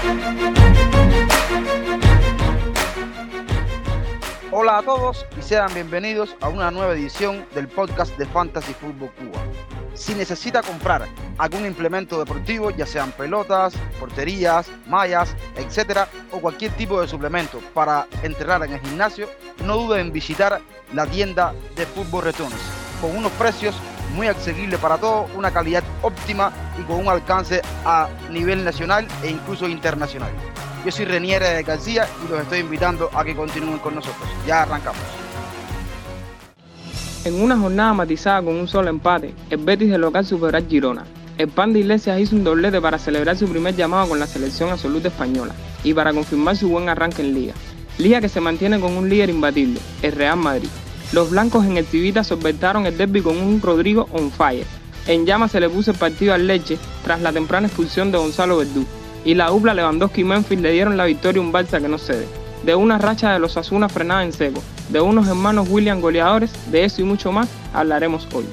Hola a todos y sean bienvenidos a una nueva edición del podcast de Fantasy Fútbol Cuba. Si necesita comprar algún implemento deportivo, ya sean pelotas, porterías, mallas, etcétera, o cualquier tipo de suplemento para entrenar en el gimnasio, no duden en visitar la tienda de Fútbol Returns, con unos precios muy accesibles para todos, una calidad óptima y con un alcance a nivel nacional e incluso internacional. Yo soy Renier García y los estoy invitando a que continúen con nosotros. Ya arrancamos. En una jornada matizada con un solo empate, el Betis de local superó al Girona. El Panda Iglesias hizo un doblete para celebrar su primer llamado con la selección absoluta española y para confirmar su buen arranque en Liga que se mantiene con un líder imbatible, el Real Madrid. Los blancos en el Civita solventaron el derbi con un Rodrigo on fire. En llama se le puso el partido al Leche tras la temprana expulsión de Gonzalo Verdú. Y la dupla Lewandowski y Memphis le dieron la victoria a un Barça que no cede. De una racha de los Osasuna frenada en seco, de unos hermanos William goleadores, de eso y mucho más hablaremos hoy.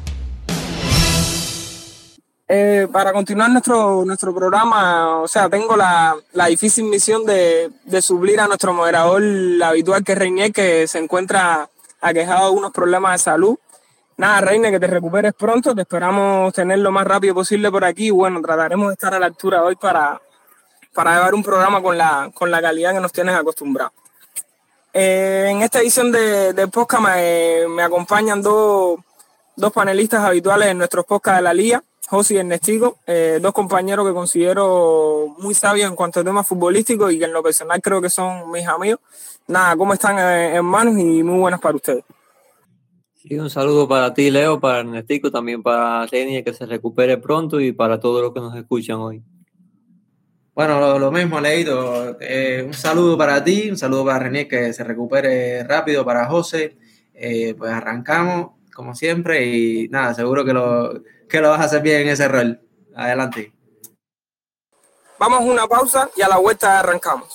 Para continuar nuestro programa, tengo la difícil misión de suplir a nuestro moderador habitual, que es Reinier, que se encuentra aquejado de unos problemas de salud. Nada, Reine, que te recuperes pronto, te esperamos tener lo más rápido posible por aquí. Bueno, trataremos de estar a la altura hoy para llevar un programa con la calidad que nos tienes acostumbrados. En esta edición de podcast me acompañan dos panelistas habituales en nuestros podcasts de la Liga, José y Ernestico, dos compañeros que considero muy sabios en cuanto a temas futbolísticos y que en lo personal creo que son mis amigos. Nada, ¿cómo están, hermanos? Y muy buenas para ustedes. Sí, un saludo para ti, Leo, para Ernestico, también para Renier, que se recupere pronto, y para todos los que nos escuchan hoy. Bueno, lo mismo, Leito. Un saludo para ti, un saludo para Renier, que se recupere rápido, para José. Pues arrancamos, como siempre, y nada, seguro que lo vas a hacer bien en ese rol. Adelante. Vamos a una pausa y a la vuelta arrancamos.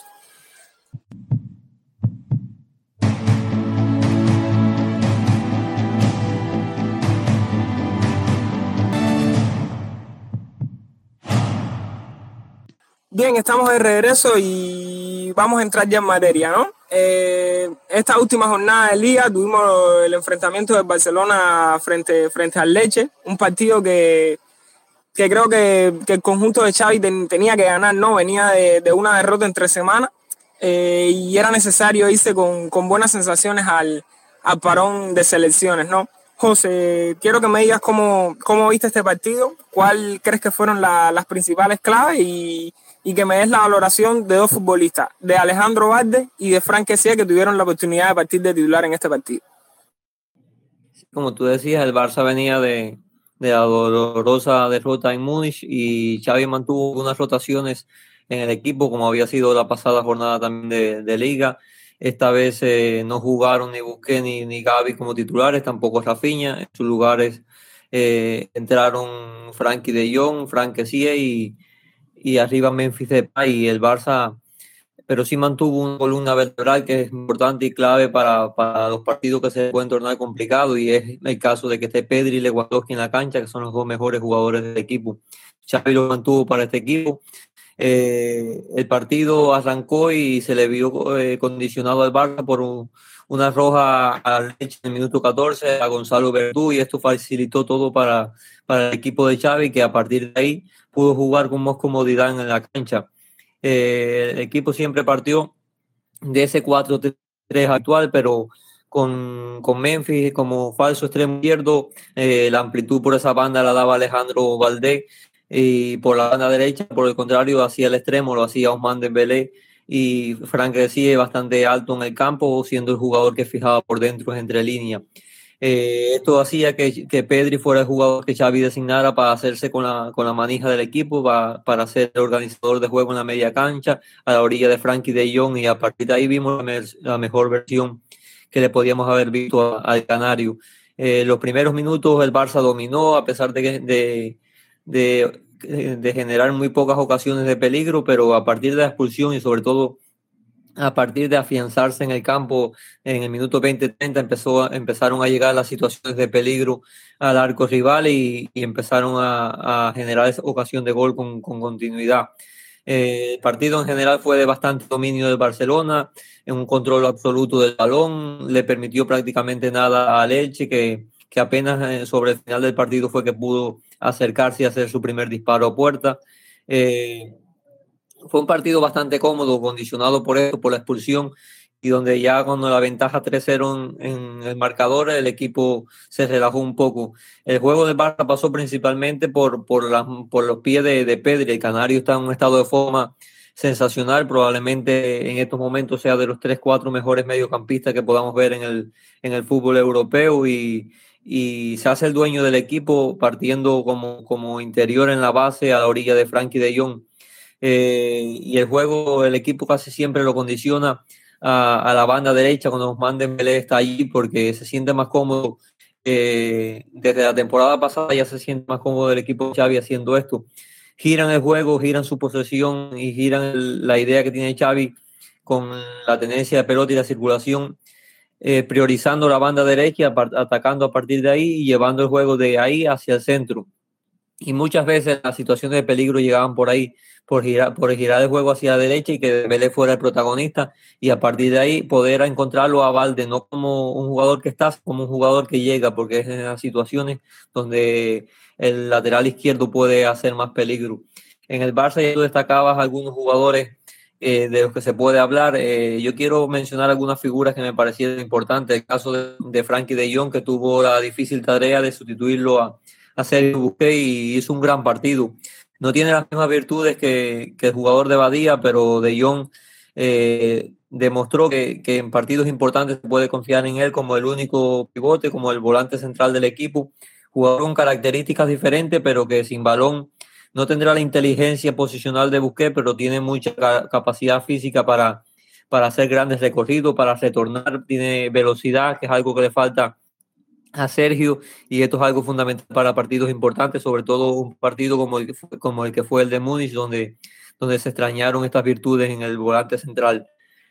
Bien, estamos de regreso y vamos a entrar ya en materia, ¿no? Esta última jornada de Liga tuvimos el enfrentamiento del Barcelona frente al Leche, un partido que creo que el conjunto de Xavi tenía que ganar, ¿no? Venía de una derrota en 3 semanas y era necesario irse con buenas sensaciones al parón de selecciones, ¿no? José, quiero que me digas cómo viste este partido, cuál crees que fueron las principales claves y que me des la valoración de dos futbolistas, de Alejandro Balde y de Fran Kessié, que tuvieron la oportunidad de partir de titular en este partido. Como tú decías, el Barça venía de la dolorosa derrota en Múnich y Xavi mantuvo unas rotaciones en el equipo, como había sido la pasada jornada también de Liga. Esta vez no jugaron ni Busquets ni Gavi como titulares, tampoco Rafinha. En sus lugares entraron Frenkie de Jong, Fran Kessié y arriba Memphis Depay, y el Barça, pero sí mantuvo una columna vertebral que es importante y clave para los partidos que se pueden tornar complicados, y es el caso de que esté Pedri y Lewandowski en la cancha, que son los dos mejores jugadores del equipo. Xavi lo mantuvo para este equipo. El partido arrancó y se le vio condicionado al Barça por una roja a Leche en el minuto 14, a Gonzalo Verdú, y esto facilitó todo para el equipo de Xavi, que a partir de ahí pudo jugar con más comodidad en la cancha. El equipo siempre partió de ese 4-3 actual, pero con Memphis como falso extremo izquierdo, la amplitud por esa banda la daba Alejandro Balde, y por la banda derecha, por el contrario, hacía el extremo, lo hacía Ousmane Dembélé, y Fran Kessié bastante alto en el campo, siendo el jugador que fijaba por dentro entre líneas. Esto hacía que Pedri fuera el jugador que Xavi designara para hacerse con la manija del equipo, para ser el organizador de juego en la media cancha, a la orilla de Frenkie de Jong, y a partir de ahí vimos la mejor versión que le podíamos haber visto al canario. Los primeros minutos el Barça dominó, a pesar de generar muy pocas ocasiones de peligro, pero a partir de la expulsión y sobre todo a partir de afianzarse en el campo en el minuto 20-30 empezaron a llegar las situaciones de peligro al arco rival y empezaron a generar esa ocasión de gol con continuidad. El partido en general fue de bastante dominio del Barcelona, en un control absoluto del balón, le permitió prácticamente nada al Elche, que apenas sobre el final del partido fue que pudo acercarse y hacer su primer disparo a puerta. Fue un partido bastante cómodo, condicionado por esto, por la expulsión, y donde ya cuando la ventaja 3-0 en el marcador, el equipo se relajó un poco. El juego del Barça pasó principalmente por los pies de Pedri. El canario está en un estado de forma sensacional, probablemente en estos momentos sea de los 3-4 mejores mediocampistas que podamos ver en el fútbol europeo, y se hace el dueño del equipo partiendo como interior en la base a la orilla de Frenkie de Jong. Y el juego, el equipo casi siempre lo condiciona a la banda derecha cuando Ousmane Dembélé está allí, porque se siente más cómodo. Desde la temporada pasada ya se siente más cómodo el equipo de Xavi haciendo esto. Giran el juego, giran su posesión y giran la idea que tiene Xavi con la tenencia de pelota y la circulación, priorizando la banda derecha, atacando a partir de ahí y llevando el juego de ahí hacia el centro. Y muchas veces las situaciones de peligro llegaban por ahí, por girar el juego hacia la derecha y que Dembélé fuera el protagonista, y a partir de ahí poder encontrarlo a Valde, no como un jugador que está, como un jugador que llega, porque es en las situaciones donde el lateral izquierdo puede hacer más peligro. En el Barça ya tú destacabas algunos jugadores de los que se puede hablar. Yo quiero mencionar algunas figuras que me parecieron importantes. El caso de Frenkie de Jong, que tuvo la difícil tarea de sustituirlo a Sergio Busquets y hizo un gran partido. No tiene las mismas virtudes que el jugador de Badía, pero De Jong demostró que en partidos importantes se puede confiar en él como el único pivote, como el volante central del equipo. Jugador con características diferentes, pero que sin balón no tendrá la inteligencia posicional de Busquets, pero tiene mucha capacidad física para hacer grandes recorridos, para retornar, tiene velocidad, que es algo que le falta a Sergio, y esto es algo fundamental para partidos importantes, sobre todo un partido como el que fue el de Múnich, donde se extrañaron estas virtudes en el volante central.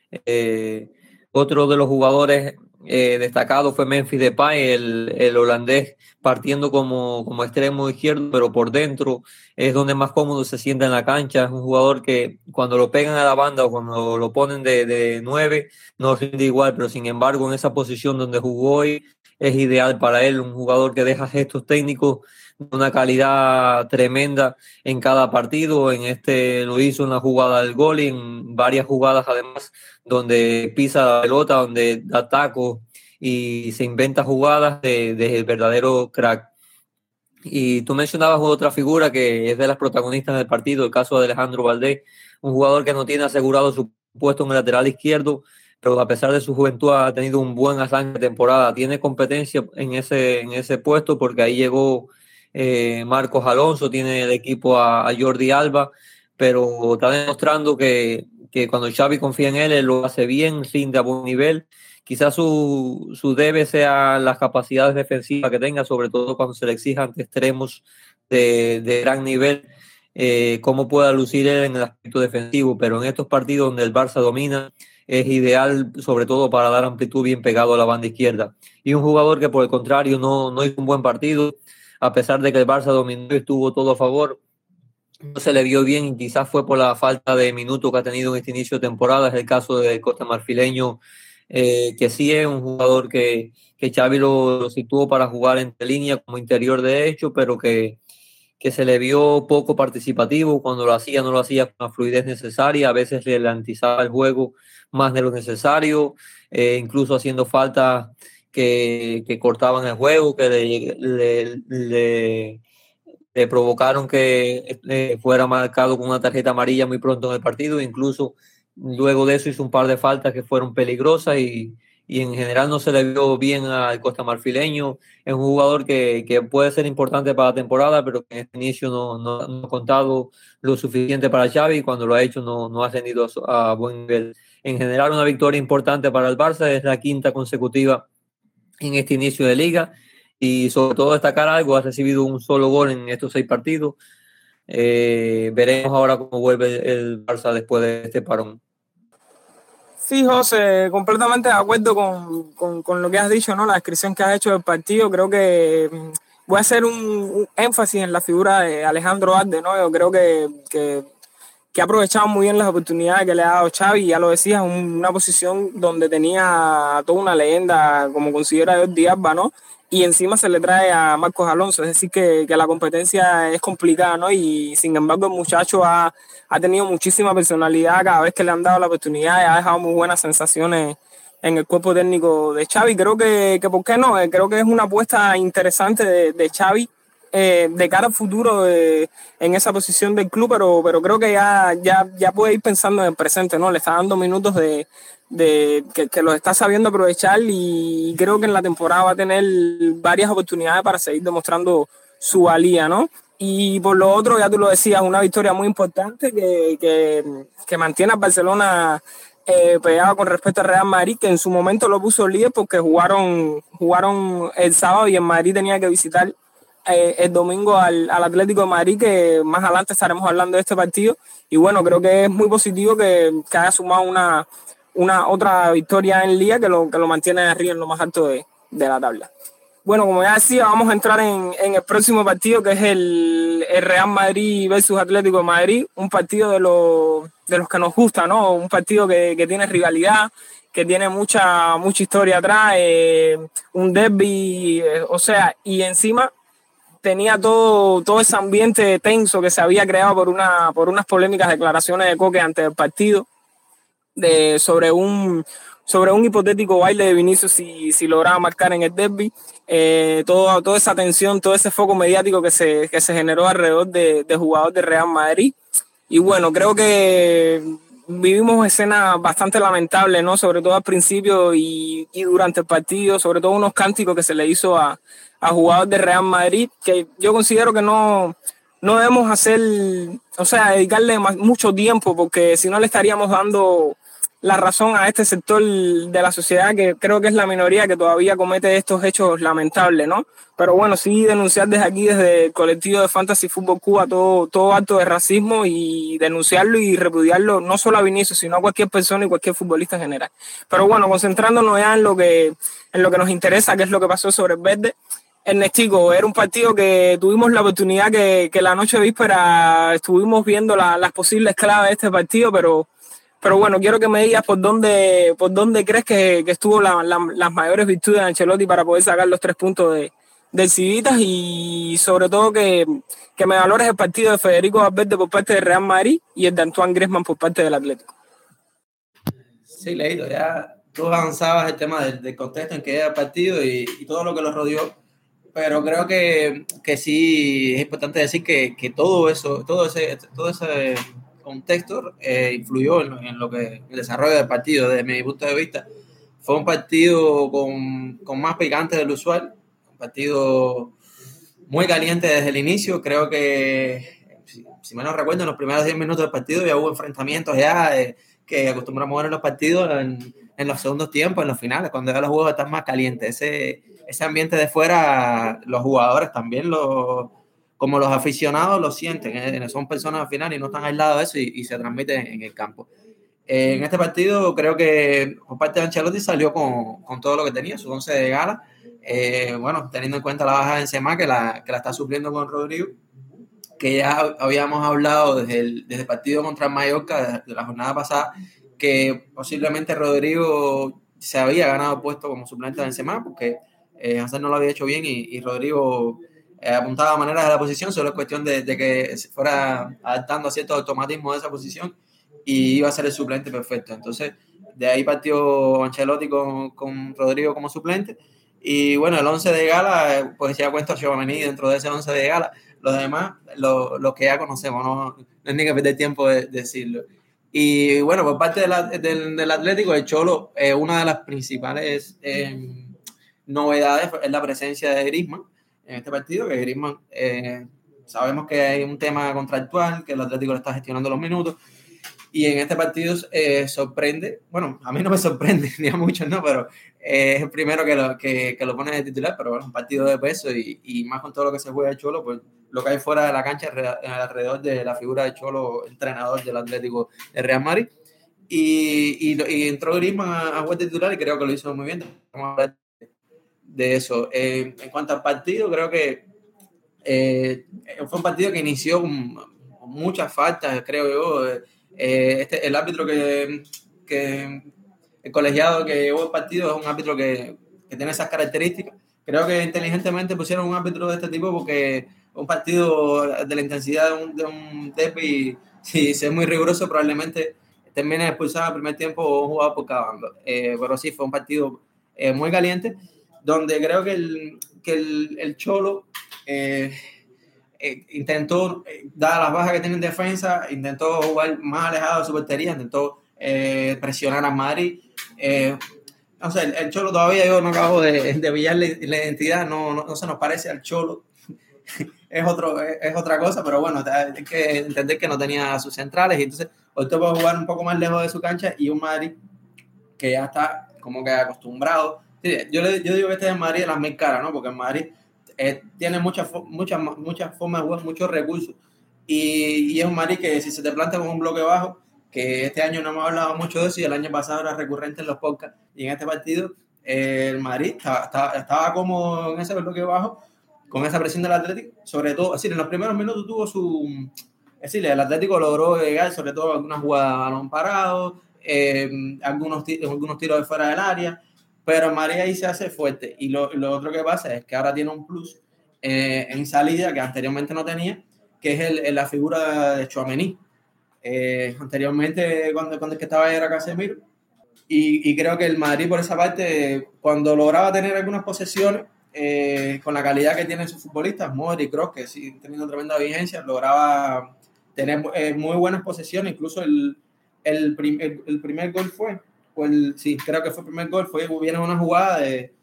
Otro de los jugadores destacados fue Memphis Depay, el holandés, partiendo como extremo izquierdo, pero por dentro es donde más cómodo se sienta en la cancha. Es un jugador que cuando lo pegan a la banda o cuando lo ponen de 9 no rinde igual, pero sin embargo en esa posición donde jugó hoy es ideal para él. Un jugador que deja gestos técnicos de una calidad tremenda en cada partido. En este lo hizo en la jugada del gol y en varias jugadas además donde pisa la pelota, donde da tacos y se inventa jugadas de el verdadero crack. Y tú mencionabas otra figura que es de las protagonistas del partido, el caso de Alejandro Valdés, un jugador que no tiene asegurado su puesto en el lateral izquierdo, pero a pesar de su juventud ha tenido un buen arranque de temporada. Tiene competencia en ese puesto porque ahí llegó Marcos Alonso, tiene el equipo a Jordi Alba, pero está demostrando que cuando Xavi confía en él lo hace bien, rinde a buen nivel. Quizás su debe sea las capacidades defensivas que tenga, sobre todo cuando se le exija ante extremos de gran nivel, cómo pueda lucir él en el aspecto defensivo, pero en estos partidos donde el Barça domina, es ideal sobre todo para dar amplitud bien pegado a la banda izquierda. Y un jugador que por el contrario no hizo un buen partido, a pesar de que el Barça dominó y estuvo todo a favor, no se le vio bien y quizás fue por la falta de minutos que ha tenido en este inicio de temporada. Es el caso del costamarfileño, que sí es un jugador que Xavi lo situó para jugar entre línea como interior de hecho, pero que se le vio poco participativo. Cuando lo hacía, no lo hacía con la fluidez necesaria, a veces ralentizaba el juego más de lo necesario, incluso haciendo faltas que cortaban el juego, que le provocaron que fuera marcado con una tarjeta amarilla muy pronto en el partido. Incluso luego de eso hizo un par de faltas que fueron peligrosas y en general no se le vio bien al costamarfileño. Es un jugador que puede ser importante para la temporada, pero que en este inicio no ha contado lo suficiente para Xavi, y cuando lo ha hecho no ha rendido a buen nivel. En general, una victoria importante para el Barça, es la quinta consecutiva en este inicio de liga, y sobre todo destacar algo: ha recibido un solo gol en estos 6 partidos. Veremos ahora cómo vuelve el Barça después de este parón. Sí, José, completamente de acuerdo con lo que has dicho, ¿no? La descripción que has hecho del partido. Creo que voy a hacer un énfasis en la figura de Alejandro Valde, ¿no? Yo creo que que ha aprovechado muy bien las oportunidades que le ha dado Xavi. Ya lo decías, una posición donde tenía toda una leyenda como considera Jordi Alba, ¿no? Y encima se le trae a Marcos Alonso, es decir, que la competencia es complicada, ¿no? Y sin embargo el muchacho ha tenido muchísima personalidad cada vez que le han dado la oportunidad y ha dejado muy buenas sensaciones en el cuerpo técnico de Xavi. Creo que ¿por qué no? Creo que es una apuesta interesante de Xavi de cara al futuro en esa posición del club, pero creo que ya puede ir pensando en el presente, ¿no? Le está dando minutos que los está sabiendo aprovechar y creo que en la temporada va a tener varias oportunidades para seguir demostrando su valía, ¿no? Y por lo otro, ya tú lo decías, una victoria muy importante que mantiene a Barcelona pegado con respecto al Real Madrid, que en su momento lo puso líder porque jugaron el sábado y el Madrid tenía que visitar el domingo al Atlético de Madrid, que más adelante estaremos hablando de este partido. Y bueno, creo que es muy positivo que haya sumado una otra victoria en Liga que lo mantiene arriba en lo más alto de la tabla. Bueno, como ya decía, vamos a entrar en el próximo partido, que es el Real Madrid versus Atlético de Madrid, un partido de los que nos gusta, ¿no? Un partido que tiene rivalidad, que tiene mucha historia atrás, un derbi, o sea, y encima tenía todo ese ambiente tenso que se había creado por unas polémicas declaraciones de Coque antes del partido, sobre un hipotético baile de Vinicius si lograba marcar en el derbi. Toda esa tensión, todo ese foco mediático que se generó alrededor de jugador de Real Madrid. Y bueno, creo que vivimos escenas bastante lamentables, ¿no? Sobre todo al principio y durante el partido, sobre todo unos cánticos que se le hizo a jugador de Real Madrid, que yo considero que no debemos hacer, o sea, dedicarle mucho tiempo, porque si no le estaríamos dando la razón a este sector de la sociedad, que creo que es la minoría que todavía comete estos hechos lamentables, ¿no? Pero bueno, sí denunciar desde aquí, desde el colectivo de Fantasy Fútbol Cuba, todo acto de racismo, y denunciarlo y repudiarlo, no solo a Vinicius, sino a cualquier persona y cualquier futbolista en general. Pero bueno, concentrándonos ya en lo que nos interesa, que es lo que pasó sobre el verde. Ernestico, era un partido que tuvimos la oportunidad que la noche víspera estuvimos viendo las posibles claves de este partido, pero bueno, quiero que me digas por dónde crees que estuvo las mayores virtudes de Ancelotti para poder sacar los 3 puntos del Civitas, y sobre todo que me valores el partido de Federico Valverde por parte del Real Madrid y el de Antoine Griezmann por parte del Atlético. Sí, Leito, ya tú avanzabas el tema del contexto en que era el partido y todo lo que lo rodeó, pero creo que sí es importante decir que todo ese contexto influyó en el desarrollo del partido. Desde mi punto de vista, fue un partido con más picante del usual, un partido muy caliente desde el inicio. Creo que, si mal no recuerdo, en los primeros 10 minutos del partido ya hubo enfrentamientos que acostumbramos a ver en los partidos en los segundos tiempos, en los finales, cuando ya los juegos están más calientes. Ese ambiente de fuera, los jugadores también como los aficionados lo sienten, son personas al final y no están aislados de eso, y se transmite en el campo. En este partido creo que por parte de Ancelotti salió con todo lo que tenía, su 11 de gala, bueno, teniendo en cuenta la baja de Benzema, que la está supliendo con Rodrigo, que ya habíamos hablado desde el partido contra el Mallorca, de la jornada pasada, que posiblemente Rodrigo se había ganado puesto como suplente de Benzema, porque Hazard no lo había hecho bien y Rodrigo apuntaba a maneras de la posición. Solo es cuestión de que se fuera adaptando a cierto automatismo de esa posición y iba a ser el suplente perfecto. Entonces, de ahí partió Ancelotti con Rodrigo como suplente. Y bueno, el 11 de gala, pues ya cuento a Tchouaméni dentro de ese 11 de gala. Los demás, los que ya conocemos, no es ni que perder tiempo de decirlo. Y bueno, por parte del Atlético, el Cholo, una de las principales novedades es la presencia de Griezmann en este partido, que Griezmann, sabemos que hay un tema contractual, que el Atlético le está gestionando los minutos, y en este partido sorprende, bueno, a mí no me sorprende, ni a muchos, ¿no? Pero es el primero que lo pone de titular, pero bueno, un partido de peso, y más con todo lo que se juega el Cholo, pues lo que hay fuera de la cancha alrededor de la figura de Cholo, entrenador del Atlético de Real Madrid, y entró Griezmann a jugar de titular y creo que lo hizo muy bien. Vamos a hablar de eso. En cuanto al partido, creo que fue un partido que inició muchas faltas, creo yo. El árbitro el colegiado que llevó el partido es un árbitro que tiene esas características. Creo que inteligentemente pusieron un árbitro de este tipo porque un partido de la intensidad de un derbi, si es muy riguroso, probablemente termine expulsado al primer tiempo o un jugador por cada bando. Pero sí, fue un partido muy caliente, donde creo que el Cholo intentó, dadas las bajas que tiene en defensa, intentó jugar más alejado de su portería, intentó presionar a Madrid. No sé, el Cholo todavía yo no acabo de pillarle la identidad, no se nos parece al Cholo. es otra cosa, pero bueno, hay que entender que no tenía sus centrales y entonces optó por jugar un poco más lejos de su cancha y un Madrid que ya está como que acostumbrado. Yo digo que este es el Madrid de las mil caras, ¿no? Porque el Madrid tiene muchas formas de jugar, muchos recursos y es un Madrid que si se te planta con un bloque bajo, que este año no hemos hablado mucho de eso y el año pasado era recurrente en los podcasts, y en este partido el Madrid estaba cómodo en ese bloque bajo con esa presión del Atlético, sobre todo, es decir, en los primeros minutos tuvo es decir, el Atlético logró llegar, sobre todo algunas jugadas a balón parado, algunos tiros de fuera del área, pero el Madrid ahí se hace fuerte, y lo otro que pasa es que ahora tiene un plus en salida que anteriormente no tenía, que es la figura de Tchouaméni. Anteriormente cuando el que estaba ahí era Casemiro, y creo que el Madrid por esa parte, cuando lograba tener algunas posesiones, con la calidad que tienen sus futbolistas, Modric y Kroos, que sí teniendo tremenda vigencia, lograba tener muy buenas posesiones. Incluso el primer gol creo que fue el primer gol, viene una jugada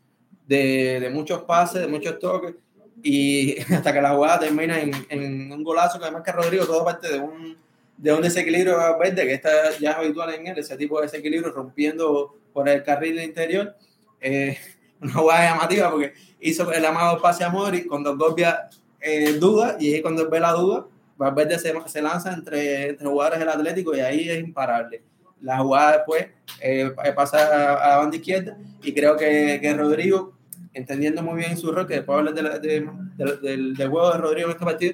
de muchos pases, de muchos toques, y hasta que la jugada termina en un golazo que además que Rodrigo, todo parte de un desequilibrio verde que está ya habitual en él, ese tipo de desequilibrio rompiendo por el carril interior. Una jugada llamativa porque hizo el amado pase a Modric cuando Gorbia duda, y ahí cuando ve la duda, Valverde se lanza entre jugadores del Atlético y ahí es imparable. La jugada después pasa a la banda izquierda, y creo que Rodrigo, entendiendo muy bien su rol, que después hablar del juego de Rodrigo en este partido,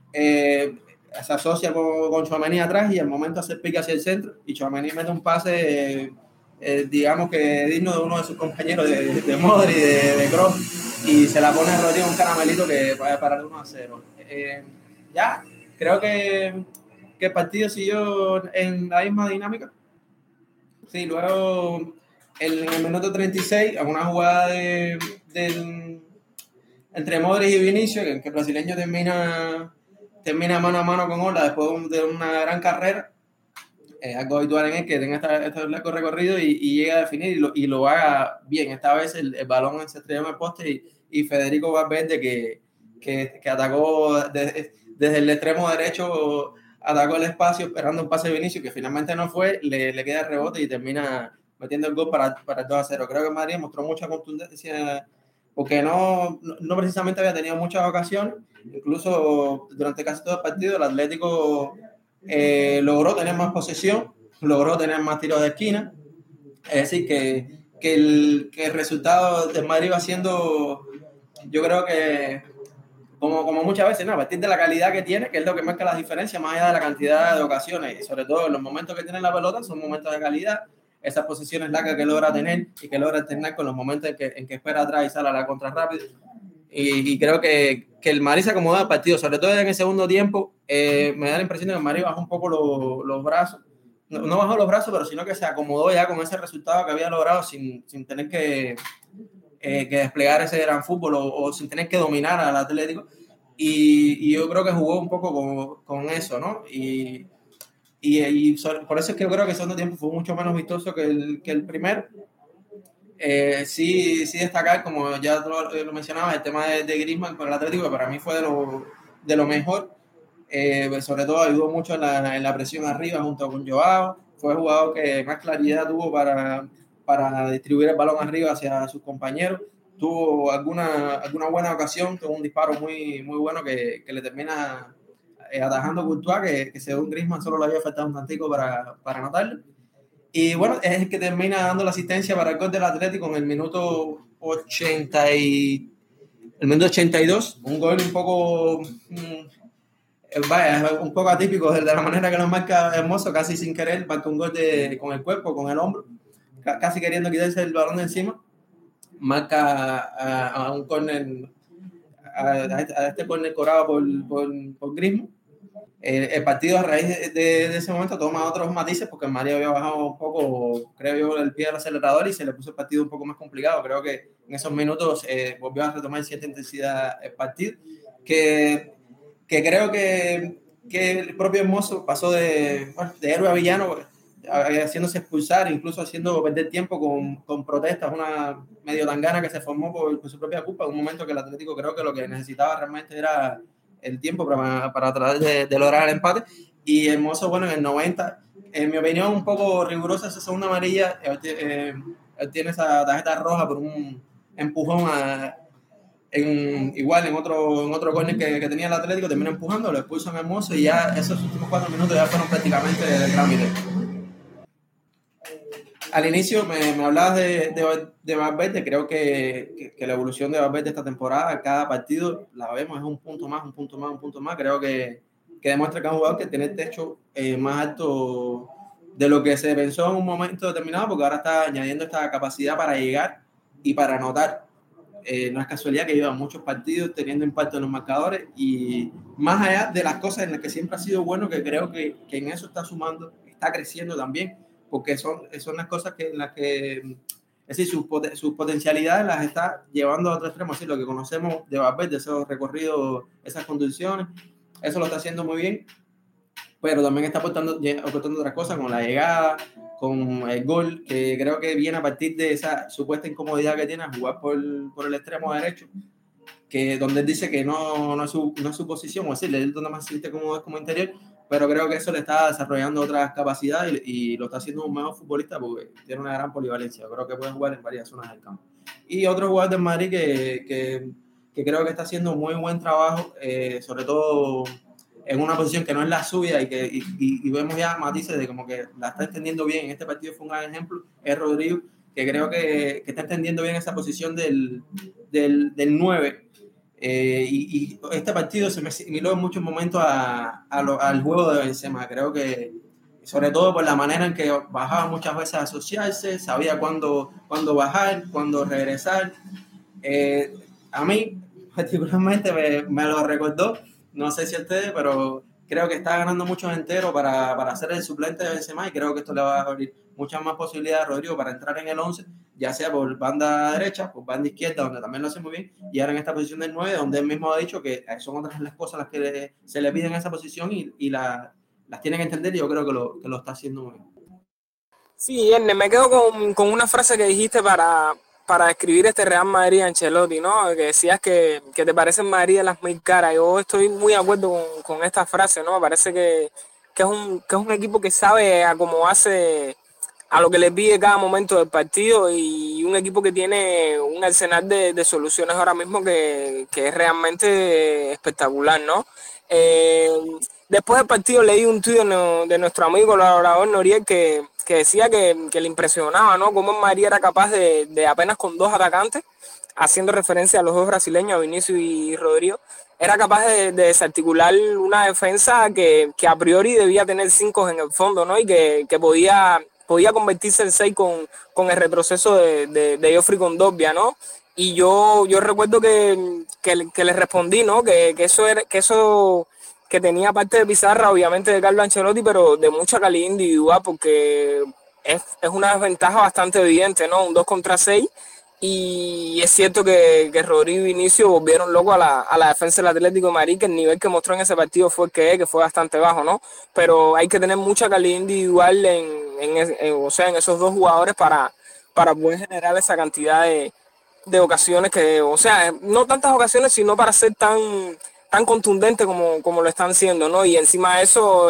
se asocia con Tchouaméni atrás, y al momento hace pique hacia el centro y Tchouaméni mete un pase digamos que digno de uno de sus compañeros de Modric, de Kroos, y se la pone a Rodrigo un caramelito que va a parar 1-0. Ya, creo que el partido siguió en la misma dinámica. Sí, luego en el minuto 36, a una jugada entre Modric y Vinicius, que el brasileño termina mano a mano con Ola después de una gran carrera. Algo habitual en él, que tenga este largo recorrido y llega a definir y lo haga bien. Esta vez el balón se estrelló en el poste y Federico Valverde, que atacó desde el extremo derecho, atacó el espacio esperando un pase de Vinicius, que finalmente no fue, le queda el rebote y termina metiendo el gol para el 2-0. Creo que Madrid mostró mucha contundencia porque no precisamente había tenido muchas ocasiones. Incluso durante casi todo el partido el Atlético logró tener más posesión, logró tener más tiros de esquina. Es decir, que el resultado de Madrid va siendo, yo creo que como muchas veces, a partir de la calidad que tiene, que es lo que marca la diferencia, más allá de la cantidad de ocasiones, y sobre todo los momentos que tiene la pelota son momentos de calidad. Esas posiciones largas que logra tener y que logra alternar con los momentos en que espera atrás y sale a la contra rápido. Y creo que el Madrid se acomodó al partido, sobre todo en el segundo tiempo. Me da la impresión de que el Madrid bajó un poco los brazos. No bajó los brazos, pero sino que se acomodó ya con ese resultado que había logrado sin tener que desplegar ese gran fútbol o sin tener que dominar al Atlético. Y yo creo que jugó un poco con eso, ¿no? Y por eso es que yo creo que el segundo tiempo fue mucho menos vistoso que el primero. Sí destacar, como ya lo mencionaba, el tema de Griezmann con el Atlético, que para mí fue de lo mejor. Sobre todo ayudó mucho en la presión arriba junto con Joao. Fue el jugador que más claridad tuvo para distribuir el balón arriba hacia sus compañeros. Tuvo alguna buena ocasión, tuvo un disparo muy, muy bueno que le termina atajando Courtois, que según Griezmann solo le había faltado un tantico para anotarlo. Y bueno, es el que termina dando la asistencia para el gol del Atlético en el minuto 82. Un gol un poco vaya, es un poco atípico de la manera que lo marca Hermoso, casi sin querer, marca un gol con el cuerpo, con el hombro, casi queriendo quitarse el balón de encima, marca a un córner, a este córner cobrado por Griezmann. El partido a raíz de ese momento toma otros matices porque el Madrid había bajado un poco, creo yo, el pie del acelerador y se le puso el partido un poco más complicado. Creo que en esos minutos volvió a retomar cierta intensidad el partido, que creo que el propio Hermoso pasó de héroe a villano, haciéndose expulsar, incluso haciendo perder tiempo con protestas, una medio tangana que se formó por su propia culpa, en un momento que el Atlético creo que lo que necesitaba realmente era el tiempo para tratar de lograr el empate. Y Hermoso, bueno, en el 90, en mi opinión, un poco rigurosa esa segunda amarilla. Él tiene esa tarjeta roja por un empujón igual en otro córner que tenía el Atlético, termina empujando, lo expulsan a Hermoso y ya esos últimos 4 minutos ya fueron prácticamente de trámite. Al inicio me hablabas de Valverde. Creo que la evolución de Valverde esta temporada, cada partido la vemos, es un punto más. Creo que demuestra que es un jugador que tiene el techo más alto de lo que se pensó en un momento determinado, porque ahora está añadiendo esta capacidad para llegar y para anotar. No es casualidad que lleva muchos partidos teniendo impacto en los marcadores, y más allá de las cosas en las que siempre ha sido bueno, que creo que en eso está sumando, está creciendo también, porque son las cosas en las que, es decir, sus potencialidades las está llevando a otro extremo. Así, lo que conocemos de Valverde, esos recorridos, esas conducciones, eso lo está haciendo muy bien, pero también está aportando otras cosas, con la llegada, con el gol, que creo que viene a partir de esa supuesta incomodidad que tiene a jugar por el extremo derecho, que donde él dice que no es su posición, o decir, él donde más se siente como interior, pero creo que eso le está desarrollando otras capacidades y lo está haciendo un mejor futbolista porque tiene una gran polivalencia. Creo que puede jugar en varias zonas del campo. Y otro jugador del Madrid que creo que está haciendo muy buen trabajo, sobre todo en una posición que no es la suya, y vemos ya matices de como que la está entendiendo bien. En este partido fue un gran ejemplo, es Rodrigo, que creo que está entendiendo bien esa posición del 9. Y este partido se me asimiló en muchos momentos al juego de Benzema. Creo que, sobre todo por la manera en que bajaba muchas veces a asociarse, sabía cuándo bajar, cuándo regresar. A mí, particularmente, me lo recordó, no sé si a ustedes, pero creo que está ganando muchos enteros para ser el suplente de Benzema, y creo que esto le va a abrir muchas más posibilidades a Rodrigo para entrar en el 11, ya sea por banda derecha, por banda izquierda, donde también lo hace muy bien, y ahora en esta posición del 9, donde él mismo ha dicho que son otras las cosas las que se le piden en esa posición y las tienen que entender, y yo creo que lo está haciendo muy bien. Sí, Erne, me quedo con una frase que dijiste para describir este Real Madrid Ancelotti, ¿no? Que decías que te parece el Madrid de las mil caras. Yo estoy muy de acuerdo con esta frase, ¿no? Me parece que es un equipo que sabe acomodarse a lo que le pide cada momento del partido, y un equipo que tiene un arsenal de soluciones ahora mismo que es realmente espectacular, ¿no? Después del partido leí un tuit de nuestro amigo colaborador Noriel que decía que le impresionaba, ¿no? Cómo el Madrid era capaz de apenas con 2 atacantes, haciendo referencia a los 2 brasileños, a Vinicius y Rodrigo, era capaz de desarticular una defensa que a priori debía tener 5 en el fondo, ¿no? Y que podía convertirse en 6 con el retroceso de Geoffrey Kondogbia, ¿no? Y yo recuerdo que le respondí, ¿no? Que eso que tenía parte de pizarra, obviamente, de Carlo Ancelotti, pero de mucha calidad individual, porque es una desventaja bastante evidente, ¿no? Un 2 contra 6, y es cierto que Rodrigo y Vinicius volvieron locos a la defensa del Atlético de Madrid, que el nivel que mostró en ese partido fue que fue bastante bajo, ¿no? Pero hay que tener mucha calidad individual en esos 2 jugadores para poder generar esa cantidad de ocasiones, o sea, no tantas ocasiones, sino para ser tan contundente como lo están siendo, ¿no? Y encima de eso,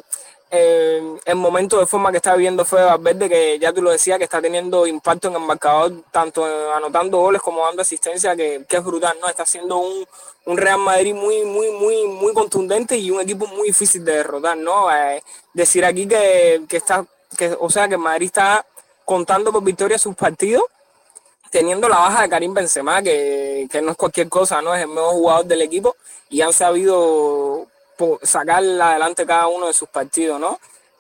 el momento de forma que está viviendo Fede Valverde, que ya tú lo decías, que está teniendo impacto en el marcador, tanto anotando goles como dando asistencia, que es brutal, ¿no? Está siendo un Real Madrid muy, muy, muy, muy contundente, y un equipo muy difícil de derrotar, ¿no? Decir aquí que el Madrid está contando por victoria sus partidos, teniendo la baja de Karim Benzema, que no es cualquier cosa, ¿no? Es el mejor jugador del equipo, y han sabido sacar adelante cada uno de sus partidos, ¿no?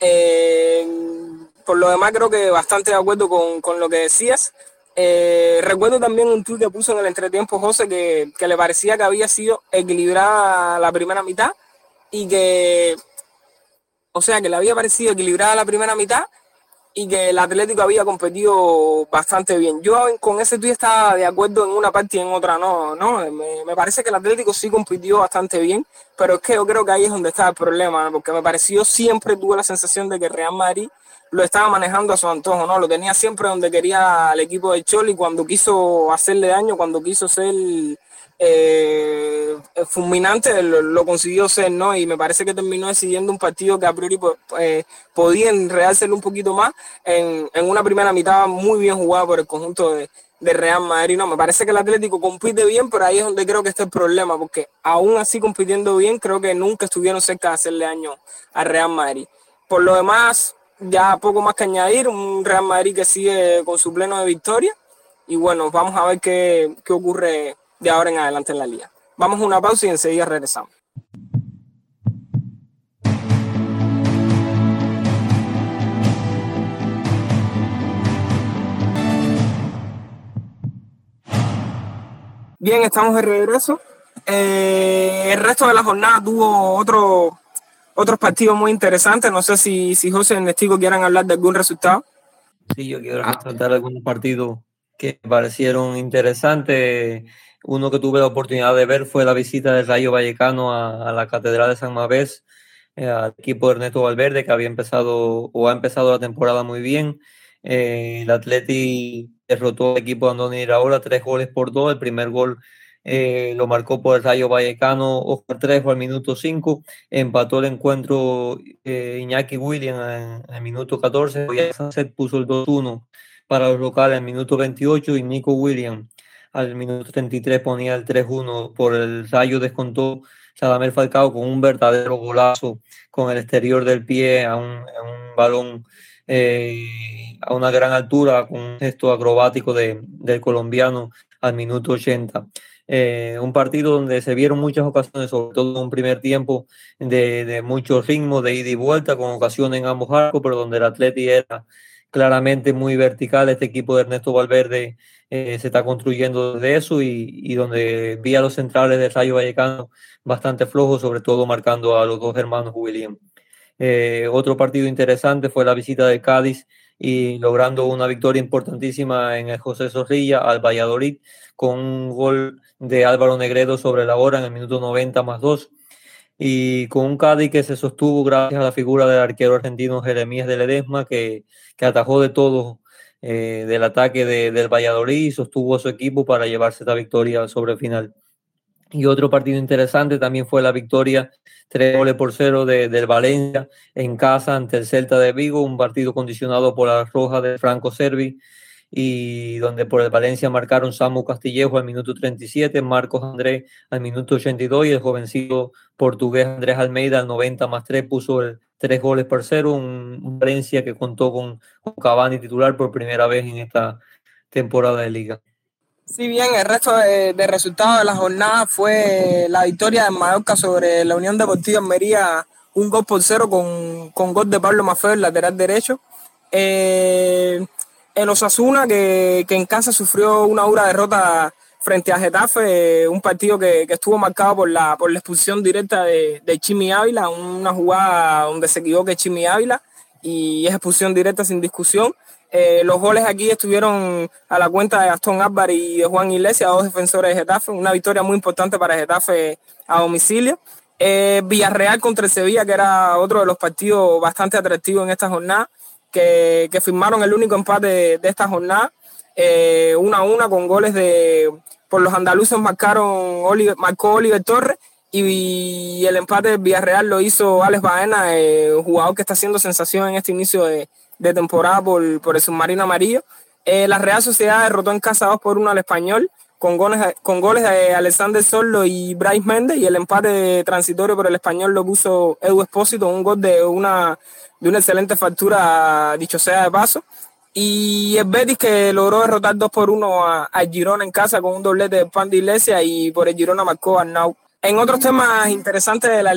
Por lo demás, creo que bastante de acuerdo con lo que decías. Recuerdo también un tuit que puso en el entretiempo José que le parecía que había sido equilibrada la primera mitad y que le había parecido equilibrada la primera mitad y que el Atlético había competido bastante bien. Yo con ese tuit estaba de acuerdo en una parte y en otra no. Me parece que el Atlético sí compitió bastante bien, pero es que yo creo que ahí es donde está el problema, ¿no? Porque me pareció, siempre tuve la sensación de que Real Madrid lo estaba manejando a su antojo, ¿no? Lo tenía siempre donde quería el equipo del Cholo, y cuando quiso hacerle daño, cuando quiso ser fulminante, lo consiguió ser, ¿no? Y me parece que terminó decidiendo un partido que a priori podía enredárselo un poquito más en una primera mitad muy bien jugada por el conjunto de Real Madrid. No, me parece que el Atlético compite bien, pero ahí es donde creo que está el problema, porque aún así compitiendo bien, creo que nunca estuvieron cerca de hacerle daño a Real Madrid. Por lo demás, ya poco más que añadir, un Real Madrid que sigue con su pleno de victoria, y bueno, vamos a ver qué ocurre de ahora en adelante en la liga. Vamos a una pausa y enseguida regresamos. Bien, estamos de regreso. El resto de la jornada tuvo otros partidos muy interesantes. No sé si José y Ernestico quieran hablar de algún resultado. Sí, yo quiero resaltar algunos partidos que me parecieron interesantes. Uno que tuve la oportunidad de ver fue la visita del Rayo Vallecano a la Catedral de San Mamés, al equipo de Ernesto Valverde, que ha empezado la temporada muy bien. El Atleti derrotó al equipo de Andoni Iraola 3-2. El primer gol lo marcó por el Rayo Vallecano Óscar Trejo al minuto 5. Empató el encuentro Iñaki William en el minuto 14. Sánchez puso el 2-1 para los locales en el minuto 28, y Nico William al minuto 33 ponía el 3-1 por el Rayo. Descontó Radamel Falcao con un verdadero golazo con el exterior del pie a un balón a una gran altura, con un gesto acrobático del colombiano al minuto 80. Un partido donde se vieron muchas ocasiones, sobre todo en un primer tiempo de mucho ritmo, de ida y vuelta, con ocasiones en ambos arcos, pero donde el Atleti era claramente muy vertical. Este equipo de Ernesto Valverde se está construyendo desde eso, y donde vi a los centrales del Rayo Vallecano bastante flojos, sobre todo marcando a los dos hermanos William. Otro partido interesante fue la visita de Cádiz, y logrando una victoria importantísima en el José Zorrilla al Valladolid, con un gol de Álvaro Negredo sobre la hora en el minuto 90+2, y con un Cádiz que se sostuvo gracias a la figura del arquero argentino Jeremías de Ledesma, que atajó de todo del ataque del Valladolid y sostuvo a su equipo para llevarse esta victoria sobre el final. Y otro partido interesante también fue la victoria 3-0 del Valencia en casa ante el Celta de Vigo, un partido condicionado por la roja de Franco Servi, y donde por el Valencia marcaron Samu Castillejo al minuto 37, Marcos Andrés al minuto 82, y el jovencito portugués Andrés Almeida al 90+3 puso el 3-0, un Valencia que contó con Cavani titular por primera vez en esta temporada de liga. Sí, bien, el resto de resultados de la jornada fue la victoria de Mallorca sobre la Unión Deportiva Almería, 1-0 con gol de Pablo Maffeo, el lateral derecho. El Osasuna, que en casa sufrió una dura derrota frente a Getafe, un partido que estuvo marcado por la expulsión directa de Chimi Ávila, una jugada donde se equivoca Chimi Ávila, y es expulsión directa sin discusión. Los goles aquí estuvieron a la cuenta de Gastón Álvarez y de Juan Iglesias, dos defensores de Getafe. Una victoria muy importante para Getafe a domicilio. Villarreal contra el Sevilla, que era otro de los partidos bastante atractivos en esta jornada, que firmaron el único empate de esta jornada, 1-1, con goles por los andaluces marcó Oliver Torres, y el empate de Villarreal lo hizo Alex Baena, jugador que está haciendo sensación en este inicio de temporada por el submarino amarillo. La Real Sociedad derrotó en casa 2-1 al Español, con goles de Alexander Sorlo y Brais Méndez, y el empate transitorio por el Español lo puso Edu Espósito, un gol de una excelente factura, dicho sea de paso. Y el Betis, que logró derrotar 2-1 a Girona en casa con un doblete de Pan de Iglesias, y por el Girona marcó Arnau. En otros temas interesantes de la liga,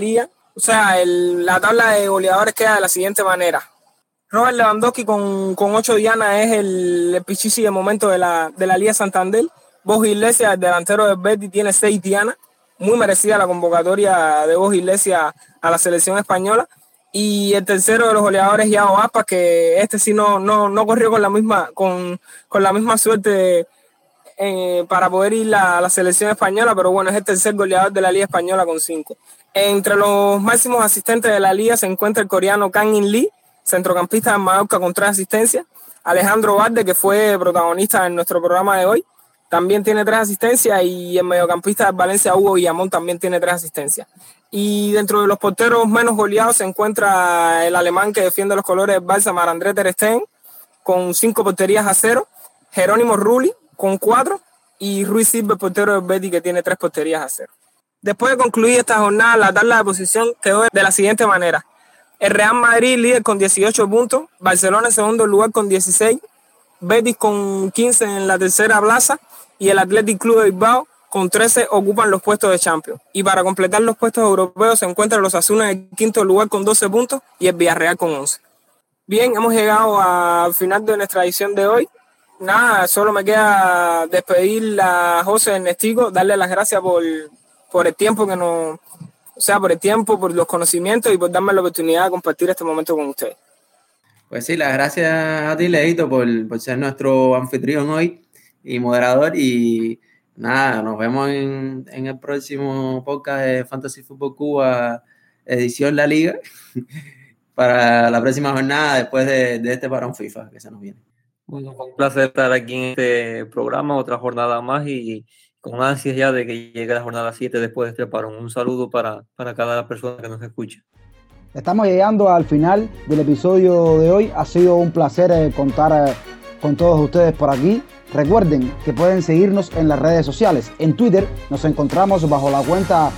O sea, la tabla de goleadores queda de la siguiente manera. Robert Lewandowski con 8 dianas es el pichichi de momento de la Liga Santander. Borja Iglesias, el delantero del Betis, tiene 6 dianas. Muy merecida la convocatoria de Borja Iglesias a la selección española. Y el tercero de los goleadores, Iago Aspas, que este sí no corrió con la misma suerte para poder ir a la selección española, pero bueno, es el tercer goleador de la Liga Española con 5. Entre los máximos asistentes de la Liga se encuentra el coreano Kang In Lee, centrocampista del Mallorca con 3 asistencias. Alejandro Valde, que fue protagonista en nuestro programa de hoy, también tiene 3 asistencias, y el mediocampista del Valencia, Hugo Guillamón, también tiene 3 asistencias. Y dentro de los porteros menos goleados se encuentra el alemán que defiende los colores del Barça, Marc-André ter Stegen, con 5 porterías a 0, Jerónimo Rulli con 4, y Ruiz Silva, el portero del Betis, que tiene 3 porterías a 0. Después de concluir esta jornada, la tabla de posición quedó de la siguiente manera. El Real Madrid líder con 18 puntos, Barcelona en segundo lugar con 16, Betis con 15 en la tercera plaza, y el Athletic Club de Bilbao con 13 ocupan los puestos de Champions. Y para completar los puestos europeos se encuentran los Osasuna en el quinto lugar con 12 puntos y el Villarreal con 11. Bien, hemos llegado al final de nuestra edición de hoy. Nada, solo me queda despedir a José Ernestico, darle las gracias por el tiempo por los conocimientos y por darme la oportunidad de compartir este momento con ustedes. Pues sí, las gracias a ti, Leito, por ser nuestro anfitrión hoy y moderador, y nada, nos vemos en el próximo podcast de Fantasy Football Cuba, edición La Liga, para la próxima jornada después de este parón FIFA que se nos viene. Bueno, fue un placer estar aquí en este programa, otra jornada más, y con ansias ya de que llegue la jornada 7 después de este parón. Un saludo para cada persona que nos escucha. Estamos llegando al final del episodio de hoy. Ha sido un placer contar con todos ustedes por aquí. Recuerden que pueden seguirnos en las redes sociales. En Twitter nos encontramos bajo la cuenta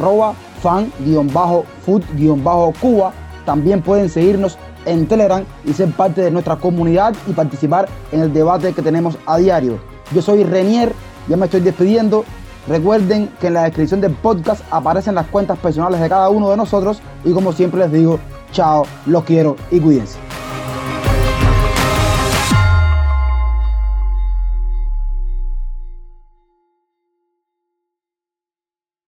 @fan_food_cuba. También pueden seguirnos en Telegram y ser parte de nuestra comunidad y participar en el debate que tenemos a diario. Yo soy Renier, ya me estoy despidiendo. Recuerden que en la descripción del podcast aparecen las cuentas personales de cada uno de nosotros y como siempre les digo, chao, los quiero y cuídense.